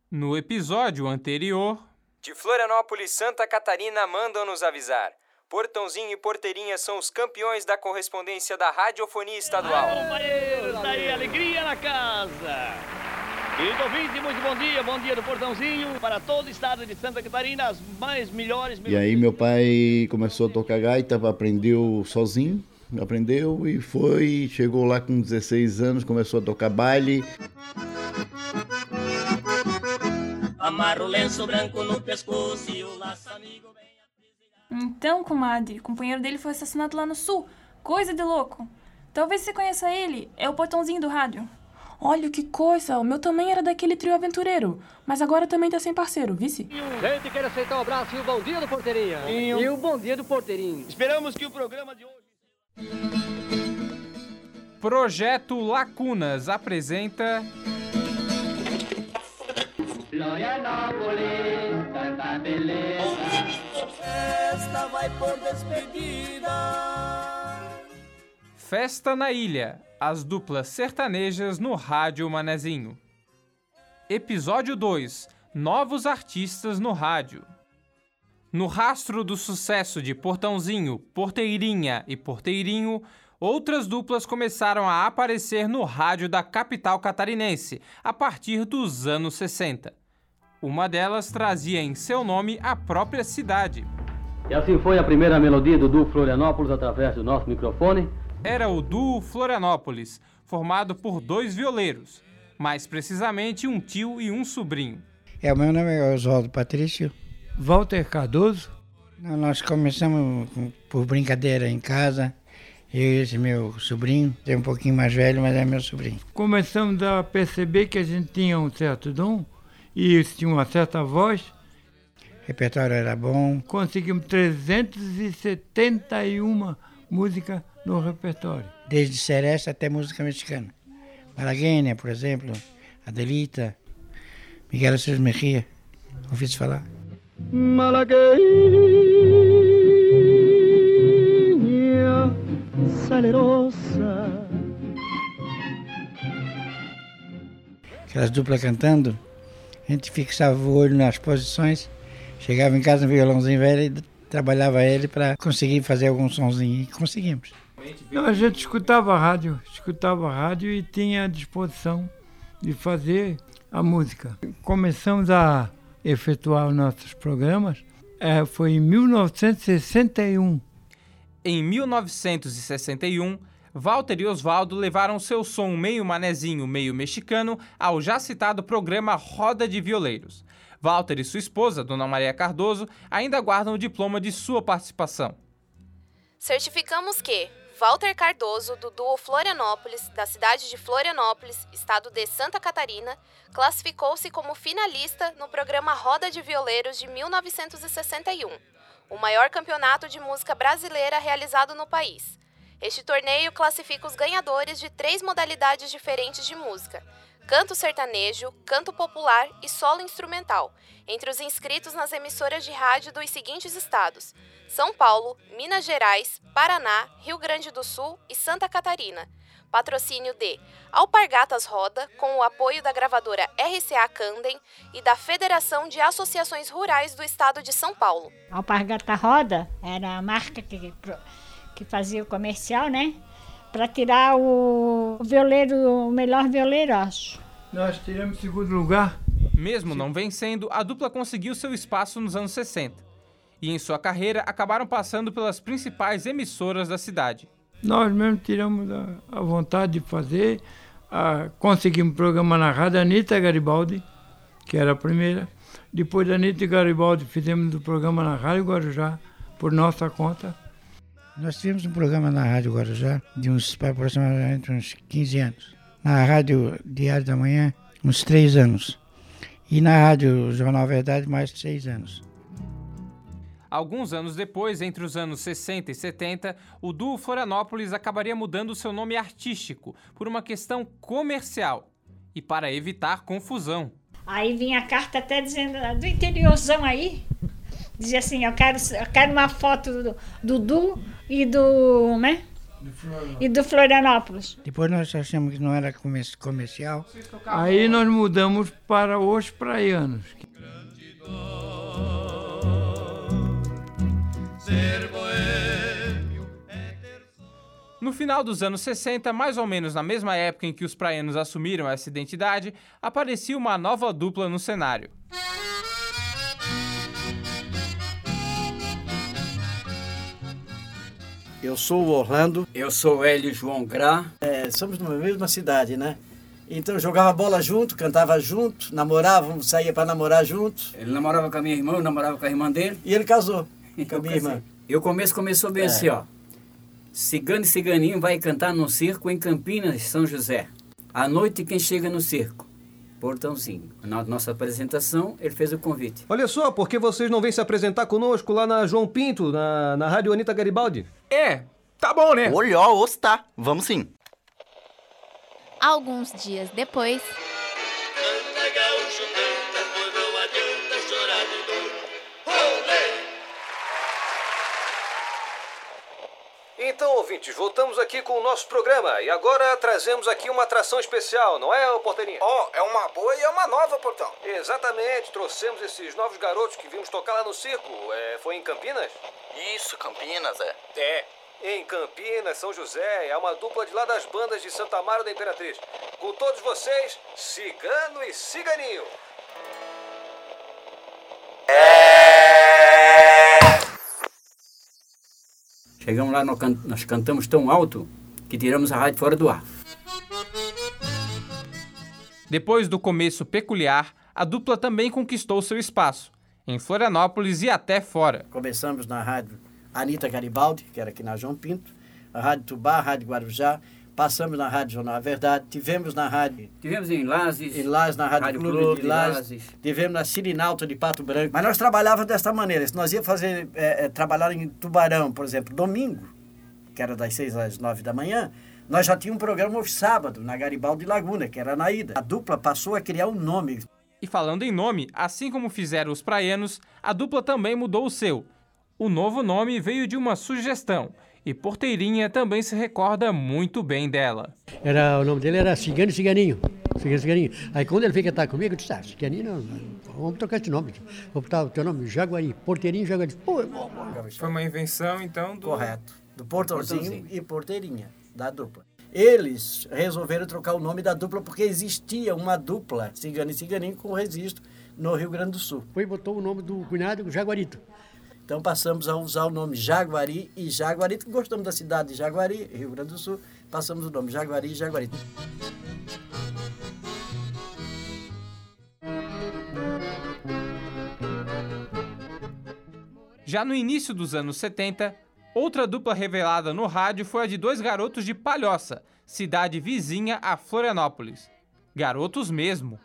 No episódio anterior... De Florianópolis, Santa Catarina, mandam nos avisar. Portãozinho e Porteirinha são os campeões da correspondência da radiofonia estadual. Tá aí, alegria na casa. Querido ouvinte, muito bom dia do Portãozinho para todo o estado de Santa Catarina, as melhores... E aí meu pai começou a tocar gaita, aprendeu sozinho, e chegou lá com 16 anos, começou a tocar baile. Amarra o lenço branco no pescoço e o laço amigo bem aprisionado. Então, comadre, o companheiro dele foi assassinado lá no sul. Coisa de louco. Talvez você conheça ele. É o Portãozinho do rádio. Olha que coisa, o meu também era daquele trio aventureiro, mas agora também tá sem parceiro, vice? Gente, quero aceitar o abraço e o bom dia do Porteirinha. E o bom dia do Porteirinho. Esperamos que o programa de hoje... Projeto Lacunas apresenta... Florianópolis, tanta beleza. Esta vai por despedida. Festa na Ilha, as duplas sertanejas no Rádio Manezinho. Episódio 2, novos artistas no rádio. No rastro do sucesso de Portãozinho, Porteirinha e Porteirinho, outras duplas começaram a aparecer no rádio da capital catarinense a partir dos anos 60. Uma delas trazia em seu nome a própria cidade. E assim foi a primeira melodia do duo Florianópolis através do nosso microfone. Era o duo Florianópolis, formado por 2 violeiros, mais precisamente um tio e um sobrinho. O meu nome é Oswaldo Patrício. Walter Cardoso. Nós começamos por brincadeira em casa. Eu e esse meu sobrinho, é um pouquinho mais velho, mas é meu sobrinho. Começamos a perceber que a gente tinha um certo dom e tinha uma certa voz. O repertório era bom. Conseguimos 371 músicas no repertório. Desde seresta até música mexicana. Malagueña, por exemplo, Adelita, Miguel Aceves Mejia, ouvi falar? Malagueña, salerosa. Aquelas duplas cantando, a gente fixava o olho nas posições, chegava em casa no violãozinho velho e trabalhava ele para conseguir fazer algum sonzinho, e conseguimos. Não, a gente escutava a rádio e tinha a disposição de fazer a música. Começamos a efetuar os nossos programas, foi em 1961. Em 1961, Walter e Oswaldo levaram seu som meio manezinho, meio mexicano ao já citado programa Roda de Violeiros. Walter e sua esposa, Dona Maria Cardoso, ainda guardam o diploma de sua participação. Certificamos que Walter Cardoso, do duo Florianópolis, da cidade de Florianópolis, estado de Santa Catarina, classificou-se como finalista no programa Roda de Violeiros de 1961, o maior campeonato de música brasileira realizado no país. Este torneio classifica os ganhadores de 3 modalidades diferentes de música: canto sertanejo, canto popular e solo instrumental, entre os inscritos nas emissoras de rádio dos seguintes estados: São Paulo, Minas Gerais, Paraná, Rio Grande do Sul e Santa Catarina. Patrocínio de Alpargatas Roda, com o apoio da gravadora RCA Candem e da Federação de Associações Rurais do Estado de São Paulo. Alpargata Roda era a marca que fazia o comercial, né? Para tirar o melhor violeiro, acho. Nós tiramos 2º lugar. Mesmo não vencendo, a dupla conseguiu seu espaço nos anos 60. E em sua carreira acabaram passando pelas principais emissoras da cidade. Nós mesmo tiramos a vontade de fazer. Conseguimos programa na rádio Anitta Garibaldi, que era a primeira. Depois da Anitta Garibaldi fizemos o programa na Rádio Guarujá, por nossa conta. Nós tivemos um programa na Rádio Guarujá de aproximadamente uns 15 anos. Na Rádio Diário da Manhã, uns 3 anos. E na Rádio Jornal Verdade, mais 6 anos. Alguns anos depois, entre os anos 60 e 70, o duo Florianópolis acabaria mudando seu nome artístico por uma questão comercial e para evitar confusão. Aí vinha a carta até dizendo, do interiorzão aí, dizia assim, eu quero uma foto do duo e do E do Florianópolis. Depois nós achamos que não era comercial. Aí nós mudamos para os praianos. No final dos anos 60, mais ou menos na mesma época em que os praianos assumiram essa identidade, aparecia uma nova dupla no cenário. Eu sou o Orlando. Eu sou o Hélio João Grá. Somos numa mesma cidade, né? Então jogava bola junto, cantava junto, namorávamos, saía para namorar junto. Ele namorava com a minha irmã, eu namorava com a irmã dele. E ele casou com a minha irmã. E o começo começou bem assim, ó. Cigano e ciganinho vai cantar num circo em Campinas, São José. À noite quem chega no circo? Portãozinho. Na nossa apresentação, ele fez o convite. Olha só, por que vocês não vêm se apresentar conosco lá na João Pinto, na Rádio Anita Garibaldi? Tá bom, né? Olha, tá. Vamos sim. Alguns dias depois... Então, ouvintes, voltamos aqui com o nosso programa e agora trazemos aqui uma atração especial, não é, Porteirinha? É uma boa e é uma nova, Portão. Exatamente, trouxemos esses novos garotos que vimos tocar lá no circo. Foi em Campinas? Isso, Campinas, Em Campinas, São José, é uma dupla de lá das bandas de Santa Amaro da Imperatriz. Com todos vocês, Cigano e Ciganinho. Chegamos lá, nós cantamos tão alto que tiramos a rádio fora do ar. Depois do começo peculiar, a dupla também conquistou seu espaço, em Florianópolis e até fora. Começamos na rádio Anita Garibaldi, que era aqui na João Pinto, a Rádio Tubá, a Rádio Guarujá, passamos na Rádio Jornal A Verdade, tivemos em Lages, na Rádio Clube de Lages, tivemos na Cirinalta de Pato Branco, mas nós trabalhávamos desta maneira. Se nós íamos trabalhar em Tubarão, por exemplo, domingo, que era das 6 às 9 da manhã, nós já tínhamos um programa hoje sábado, na Garibaldi Laguna, que era na ida. A dupla passou a criar um nome. E falando em nome, assim como fizeram os praianos, a dupla também mudou o seu. O novo nome veio de uma sugestão, e Porteirinha também se recorda muito bem dela. O nome dele era Cigano e Ciganinho. Aí quando ele veio cantar comigo, eu disse, Ciganinho, não, vamos trocar esse nome. Vou botar o teu nome, Jaguari, Porteirinho e Jaguari. Foi uma invenção, então, do... Correto. Do Portãozinho e Porteirinha, da dupla. Eles resolveram trocar o nome da dupla porque existia uma dupla, Cigano e Ciganinho, com registro no Rio Grande do Sul. Foi e botou o nome do cunhado, Jaguarito. Então passamos a usar o nome Jaguari e Jaguarito. Gostamos da cidade de Jaguari, Rio Grande do Sul. Passamos o nome Jaguari e Jaguarito. Já no início dos anos 70, outra dupla revelada no rádio foi a de dois garotos de Palhoça, cidade vizinha a Florianópolis. Garotos mesmo.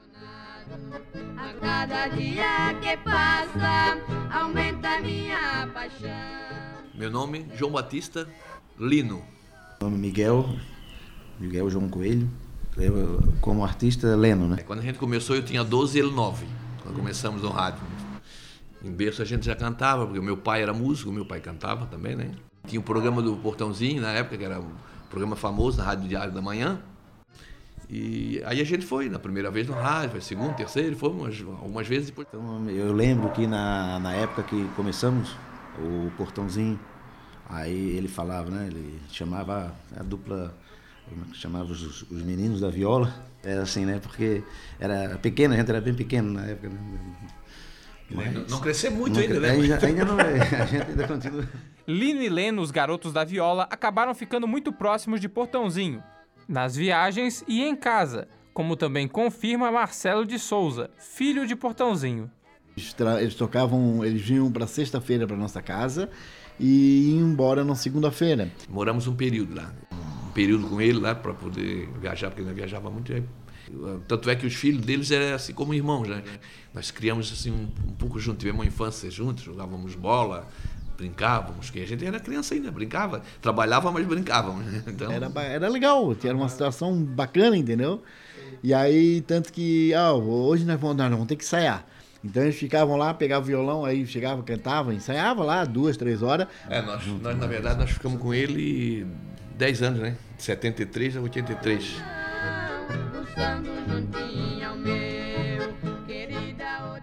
A cada dia que passa, aumenta minha paixão. Meu nome é João Batista Lino. Meu nome é Miguel João Coelho. Eu, como artista, Leno, né? Quando a gente começou, eu tinha 12 e ele 9. Quando começamos no rádio. Em berço a gente já cantava, porque meu pai era músico, meu pai cantava também, né? Tinha um programa do Portãozinho, na época, que era um programa famoso na Rádio Diário da Manhã. E aí a gente foi, na primeira vez no rádio, foi segunda, terceira, fomos algumas vezes depois. Então, eu lembro que na época que começamos, o Portãozinho, aí ele falava, né? Ele chamava a dupla, chamava os meninos da viola. Era assim, né? Porque era pequeno, a gente era bem pequeno na época, né? Mas não cresceu muito ainda, né? Ainda não é, a gente ainda continua. Lino e Leno, os garotos da viola, acabaram ficando muito próximos de Portãozinho, nas viagens e em casa, como também confirma Marcelo de Souza, filho de Portãozinho. Eles tocavam, eles vinham para sexta-feira para nossa casa e iam embora na segunda-feira. Moramos um período lá, com ele lá para poder viajar, porque ele viajava muito. Tanto é que os filhos deles eram assim como irmãos, né? Nós criamos assim um pouco juntos, tivemos uma infância juntos, jogávamos bola, brincávamos, que a gente era criança ainda, brincava, trabalhava, mas brincávamos. Então... Era legal, era uma situação bacana, entendeu? E aí, tanto que, hoje nós vamos ter que ensaiar. Então eles ficavam lá, pegavam o violão, aí chegava, cantava, ensaiava lá 2, 3 horas. Nós na verdade, nós ficamos com ele 10 anos, né? De 73 a 83. Pulsando juntinho ao meu, querida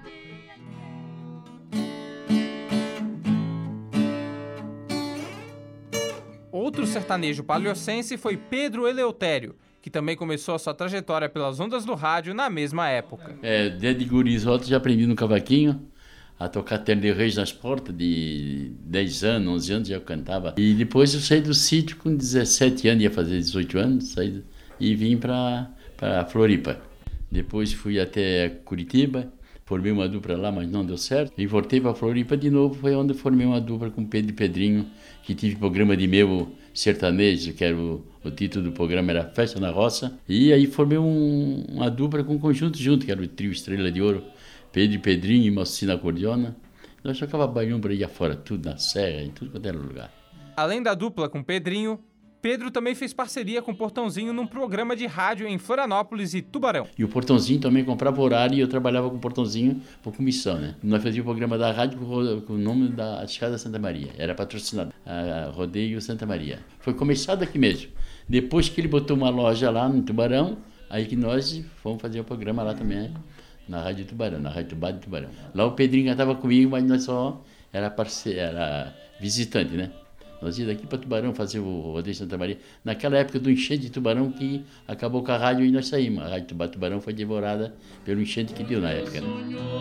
Outro sertanejo paliocense foi Pedro Eleutério, que também começou a sua trajetória pelas ondas do rádio na mesma época. Desde gurizote já aprendi no cavaquinho a tocar Terno de Reis nas portas, de 10 anos, 11 anos já eu cantava. E depois eu saí do sítio com 17 anos, ia fazer 18 anos, saí e vim para Floripa. Depois fui até Curitiba, formei uma dupla lá, mas não deu certo. E voltei para Floripa de novo, foi onde eu formei uma dupla com Pedro e Pedrinho, que tive programa de meu sertanejo, que era o título do programa era Festa na Roça. E aí formei uma dupla com um conjunto junto, que era o trio Estrela de Ouro, Pedro e Pedrinho e Mocina Acordeona. Nós tocava baião por aí afora, tudo na serra, em tudo quanto era lugar. Além da dupla com Pedrinho, Pedro também fez parceria com o Portãozinho num programa de rádio em Florianópolis e Tubarão. E o Portãozinho também comprava horário e eu trabalhava com o Portãozinho por comissão, né? Nós fazíamos o programa da rádio com o nome da Escada Santa Maria. Era patrocinado, a Rodeio Santa Maria. Foi começado aqui mesmo. Depois que ele botou uma loja lá no Tubarão, aí que nós fomos fazer o programa lá também, na Rádio Tubarão, na Rádio Tubá de Tubarão. Lá o Pedrinho estava comigo, mas nós só era visitante, né? Nós íamos daqui para Tubarão fazer o Rodeio Santa Maria. Naquela época do enchente de Tubarão que acabou com a rádio e nós saímos. A Rádio Tubá de Tubarão foi devorada pelo enchente que deu na época. Né?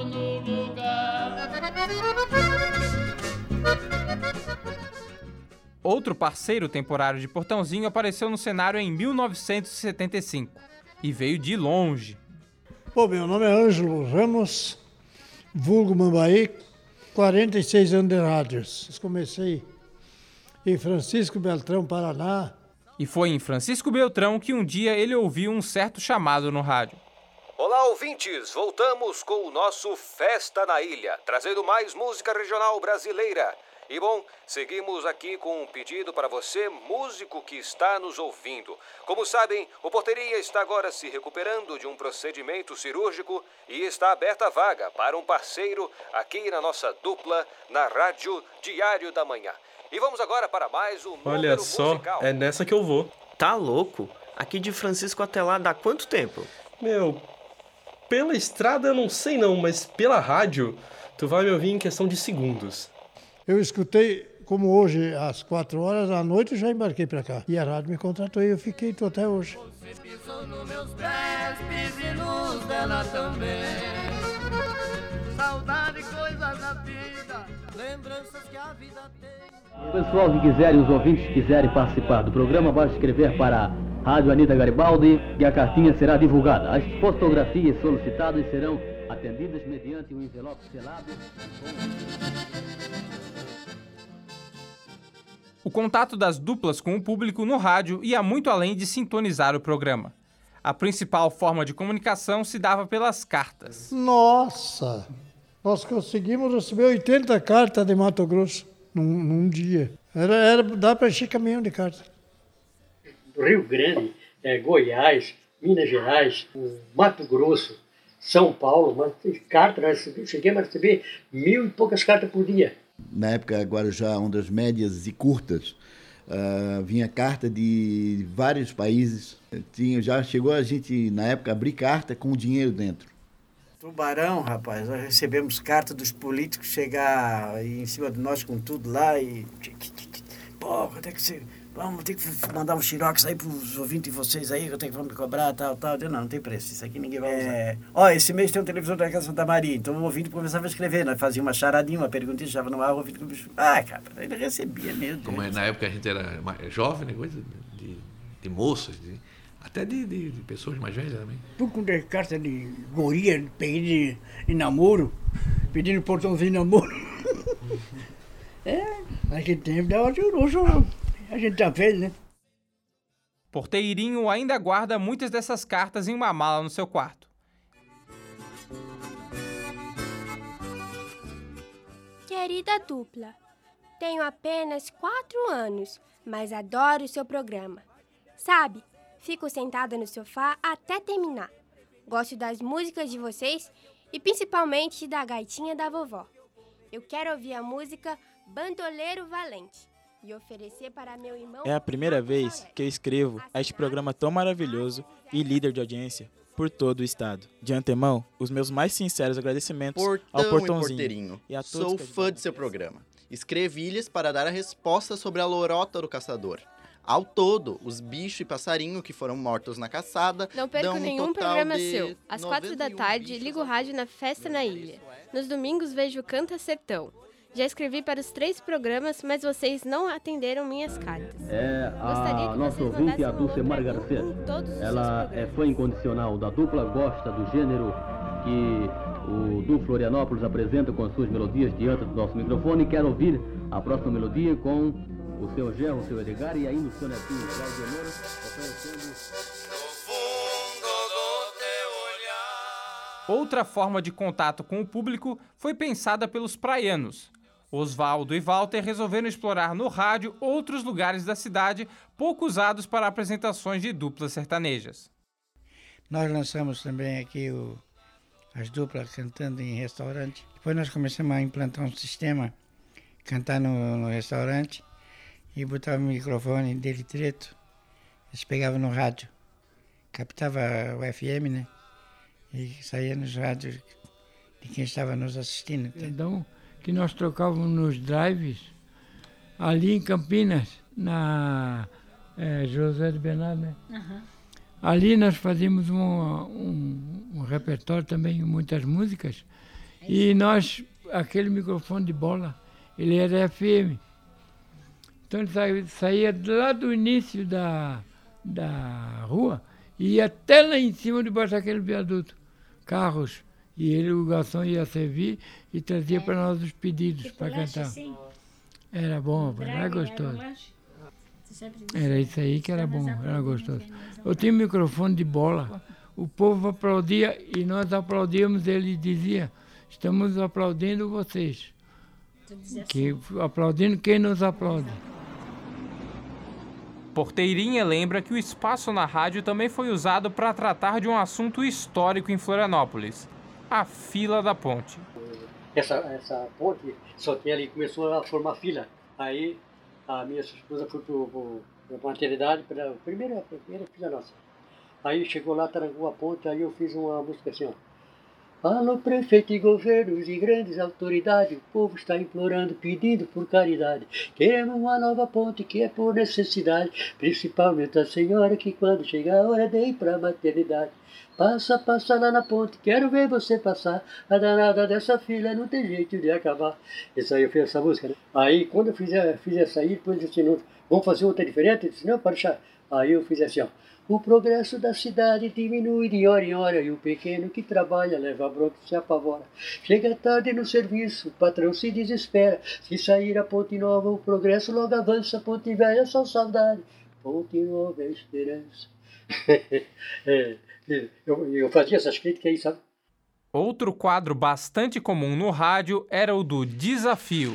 Outro parceiro temporário de Portãozinho apareceu no cenário em 1975 e veio de longe. Bom, meu nome é Ângelo Ramos, vulgo Mambaí, 46 anos de rádios. Comecei em Francisco Beltrão, Paraná. E foi em Francisco Beltrão que um dia ele ouviu um certo chamado no rádio. Olá, ouvintes! Voltamos com o nosso Festa na Ilha, trazendo mais música regional brasileira. E bom, seguimos aqui com um pedido para você, músico que está nos ouvindo. Como sabem, o Porteria está agora se recuperando de um procedimento cirúrgico e está aberta a vaga para um parceiro aqui na nossa dupla, na Rádio Diário da Manhã. E vamos agora para mais um Olha só, musical. É nessa que eu vou. Tá louco? Aqui de Francisco até lá dá quanto tempo? Meu, pela estrada eu não sei não, mas pela rádio tu vai me ouvir em questão de segundos. Eu escutei, como hoje, às 4 horas da noite, eu já embarquei para cá. E a rádio me contratou e eu fiquei, tô até hoje. Você pisou nos meus pés, pise nos dela também. Saudade, coisas da vida, lembranças que a vida tem. O pessoal que quiserem, os ouvintes que quiserem participar do programa, basta escrever para a Rádio Anita Garibaldi e a cartinha será divulgada. As fotografias solicitadas serão atendidas mediante um envelope selado. O contato das duplas com o público no rádio ia muito além de sintonizar o programa. A principal forma de comunicação se dava pelas cartas. Nossa! Nós conseguimos receber 80 cartas de Mato Grosso num dia. Dá para encher caminhão de cartas. Rio Grande, Goiás, Minas Gerais, Mato Grosso, São Paulo, mas cartas, cheguei a receber 1.000 e poucas cartas por dia. Na época, Guarujá, ondas médias e curtas, vinha carta de vários países. Já chegou a gente, na época, abrir carta com dinheiro dentro. Tubarão, rapaz, nós recebemos carta dos políticos chegar em cima de nós com tudo lá e... Pô, quando é que você... Vamos ter que mandar um xerox aí pros ouvintes de vocês aí, que eu tenho que cobrar, tal. Eu, não tem preço, isso aqui ninguém vai usar. Ó, esse mês tem um televisor da Casa Santa Maria, então o ouvinte começava a escrever, nós fazíamos uma charadinha, uma perguntinha, deixava no ar, o ouvinte começava... cara, ele recebia mesmo. Como na época a gente era jovem, né, coisa de moças, até de pessoas mais velhas também. Tu com carta de guria, peguei de namoro, pedindo portãozinho de namoro. Naquele tempo dava de uruxo, a gente já fez, né? Porteirinho ainda guarda muitas dessas cartas em uma mala no seu quarto. Querida dupla, tenho apenas 4 anos, mas adoro o seu programa. Sabe, fico sentada no sofá até terminar. Gosto das músicas de vocês e principalmente da gaitinha da vovó. Eu quero ouvir a música Bandoleiro Valente. e oferecer para meu irmão... É a primeira vez que eu escrevo a este programa tão maravilhoso e líder de audiência por todo o estado. De antemão, os meus mais sinceros agradecimentos ao Portãozinho. E Porteirinho. E a todos Sou fã de seu programa. Escrevi-lhes para dar a resposta sobre a lorota do caçador. Ao todo, os bichos e passarinho que foram mortos na caçada Não perco dão um nenhum total programa de seu. Às 4 da tarde, ligo o rádio na Festa na Ilha. Nos domingos, vejo Canta Sertão. Já escrevi para os 3 programas, mas vocês não atenderam minhas cartas. É a nossa ouvinte, a Dulcemar Garcês. Ela é fã incondicional da dupla, gosta do gênero que o Du Florianópolis apresenta com as suas melodias diante do nosso microfone e quer ouvir a próxima melodia com o seu Gerro, o seu Edgar e ainda o seu netinho Cláudio Moura oferecendo... Outra forma de contato com o público foi pensada pelos praianos. Osvaldo e Walter resolveram explorar no rádio outros lugares da cidade pouco usados para apresentações de duplas sertanejas. Nós lançamos também aqui as duplas cantando em restaurante. Depois nós começamos a implantar um sistema, cantar no restaurante e botava o microfone dele direto. Eles pegavam no rádio, captava o FM, né? E saía nos rádios de quem estava nos assistindo. Então, que nós trocávamos nos drives, ali em Campinas, na José de Bernardo, né? Uhum. Ali nós fazíamos um repertório também, muitas músicas, e nós, aquele microfone de bola, ele era FM. Então ele saía lá do início da rua e ia até lá em cima, debaixo daquele viaduto. Carros, e o garçom ia servir e trazia para nós os pedidos para cantar. Assim. Era bom, era gostoso. Era isso aí que era bom, era gostoso. Eu tinha um microfone de bola, o povo aplaudia e nós aplaudíamos, ele dizia, estamos aplaudindo vocês. Aplaudindo quem nos aplaude. Porteirinha lembra que o espaço na rádio também foi usado para tratar de um assunto histórico em Florianópolis, a fila da ponte. Essa ponte só tinha ali, começou a formar fila. Aí a minha esposa foi para a maternidade, a primeira filha nossa. Aí chegou lá, trancou a ponte, aí eu fiz uma música assim, ó. Alô, prefeito e governos e grandes autoridades, o povo está implorando, pedindo por caridade. Queremos uma nova ponte que é por necessidade, principalmente a senhora que quando chegar a hora de ir para a maternidade. Passa lá na ponte, quero ver você passar, a danada dessa fila não tem jeito de acabar. Isso aí eu fiz essa música, né? Aí quando eu fiz essa aí, depois eu disse, não, vamos fazer outra diferente? Eu disse, não, pode deixar. Aí eu fiz assim, ó. O progresso da cidade diminui de hora em hora e o pequeno que trabalha leva bronca e se apavora. Chega tarde no serviço, o patrão se desespera. Se sair a ponte nova, o progresso logo avança. Ponte velha, só saudade. Ponte nova é esperança. Eu fazia essas críticas aí, sabe? Outro quadro bastante comum no rádio era o do desafio.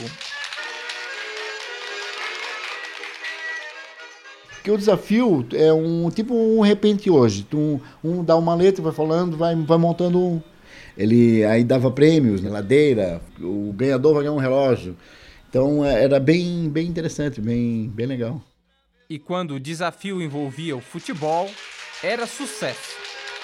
Porque o desafio é um repente hoje. Um dá uma letra, vai falando, vai montando um. Ele aí dava prêmios, geladeira, o ganhador vai ganhar um relógio. Então era bem interessante, bem legal. E quando o desafio envolvia o futebol, era sucesso.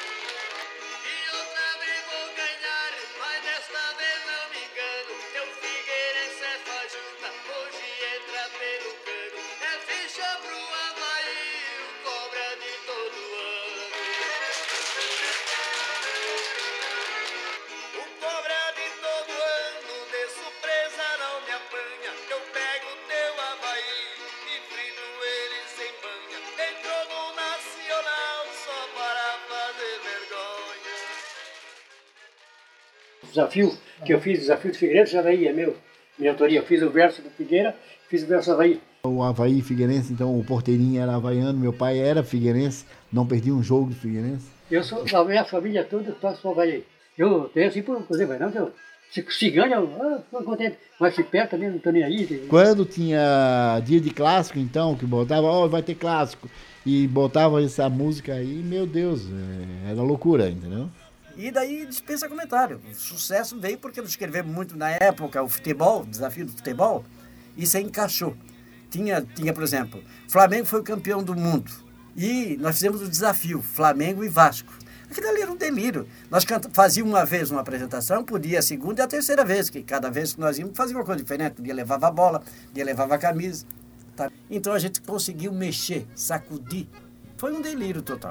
Desafio que eu fiz, desafio de Figueirense e Avaí, é minha autoria. Eu fiz o verso do Figueira, fiz o verso do Avaí. O Avaí Figueirense, então o Porteirinho era havaiano, meu pai era figueirense, não perdi um jogo de Figueirense. Eu sou, a minha família toda torce Avaí. Eu tenho assim por exemplo, não que eu, se ganha, eu estou contente, mas se perde também não estou nem aí. Quando tinha dia de clássico, então, que botava, vai ter clássico, e botava essa música aí, meu Deus, era loucura, entendeu? E daí dispensa comentário. O sucesso veio porque eu escrevi muito na época o futebol, o desafio do futebol, e isso aí encaixou. tinha, por exemplo, Flamengo foi o campeão do mundo. E nós fizemos o desafio, Flamengo e Vasco. Aquilo ali era um delírio. Nós fazíamos uma vez uma apresentação, podia a segunda e a terceira vez, que cada vez que nós íamos fazia uma coisa diferente. Um dia levava a bola, um dia levava a camisa. Tá? Então a gente conseguiu mexer, sacudir. Foi um delírio total.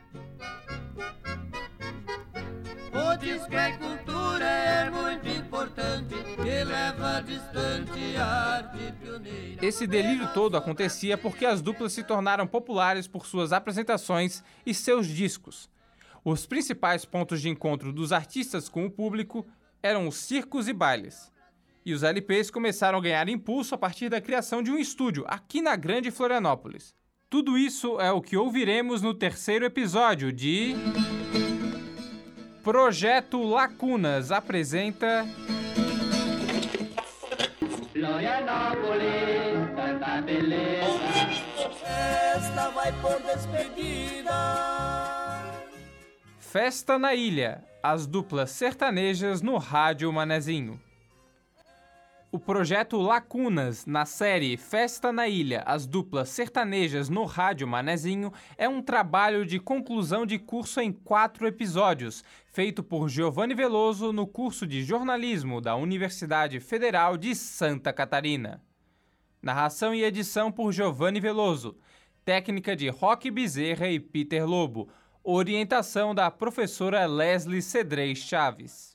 O disco é cultura, é muito importante, que leva distante a arte pioneira. Esse delírio todo acontecia porque as duplas se tornaram populares por suas apresentações e seus discos. Os principais pontos de encontro dos artistas com o público eram os circos e bailes. E os LPs começaram a ganhar impulso a partir da criação de um estúdio aqui na Grande Florianópolis. Tudo isso é o que ouviremos no terceiro episódio de... Projeto Lacunas apresenta... Florianópolis, tanta beleza, esta vai por despedida. Festa na Ilha, as duplas sertanejas no Rádio Manezinho. O projeto Lacunas, na série Festa na Ilha, as duplas sertanejas no Rádio Manezinho, é um trabalho de conclusão de curso em 4 episódios, feito por Giovanni Veloso no curso de jornalismo da Universidade Federal de Santa Catarina. Narração e edição por Giovanni Veloso, técnica de Roque Bezerra e Peter Lobo, orientação da professora Leslie Cedrez Chaves.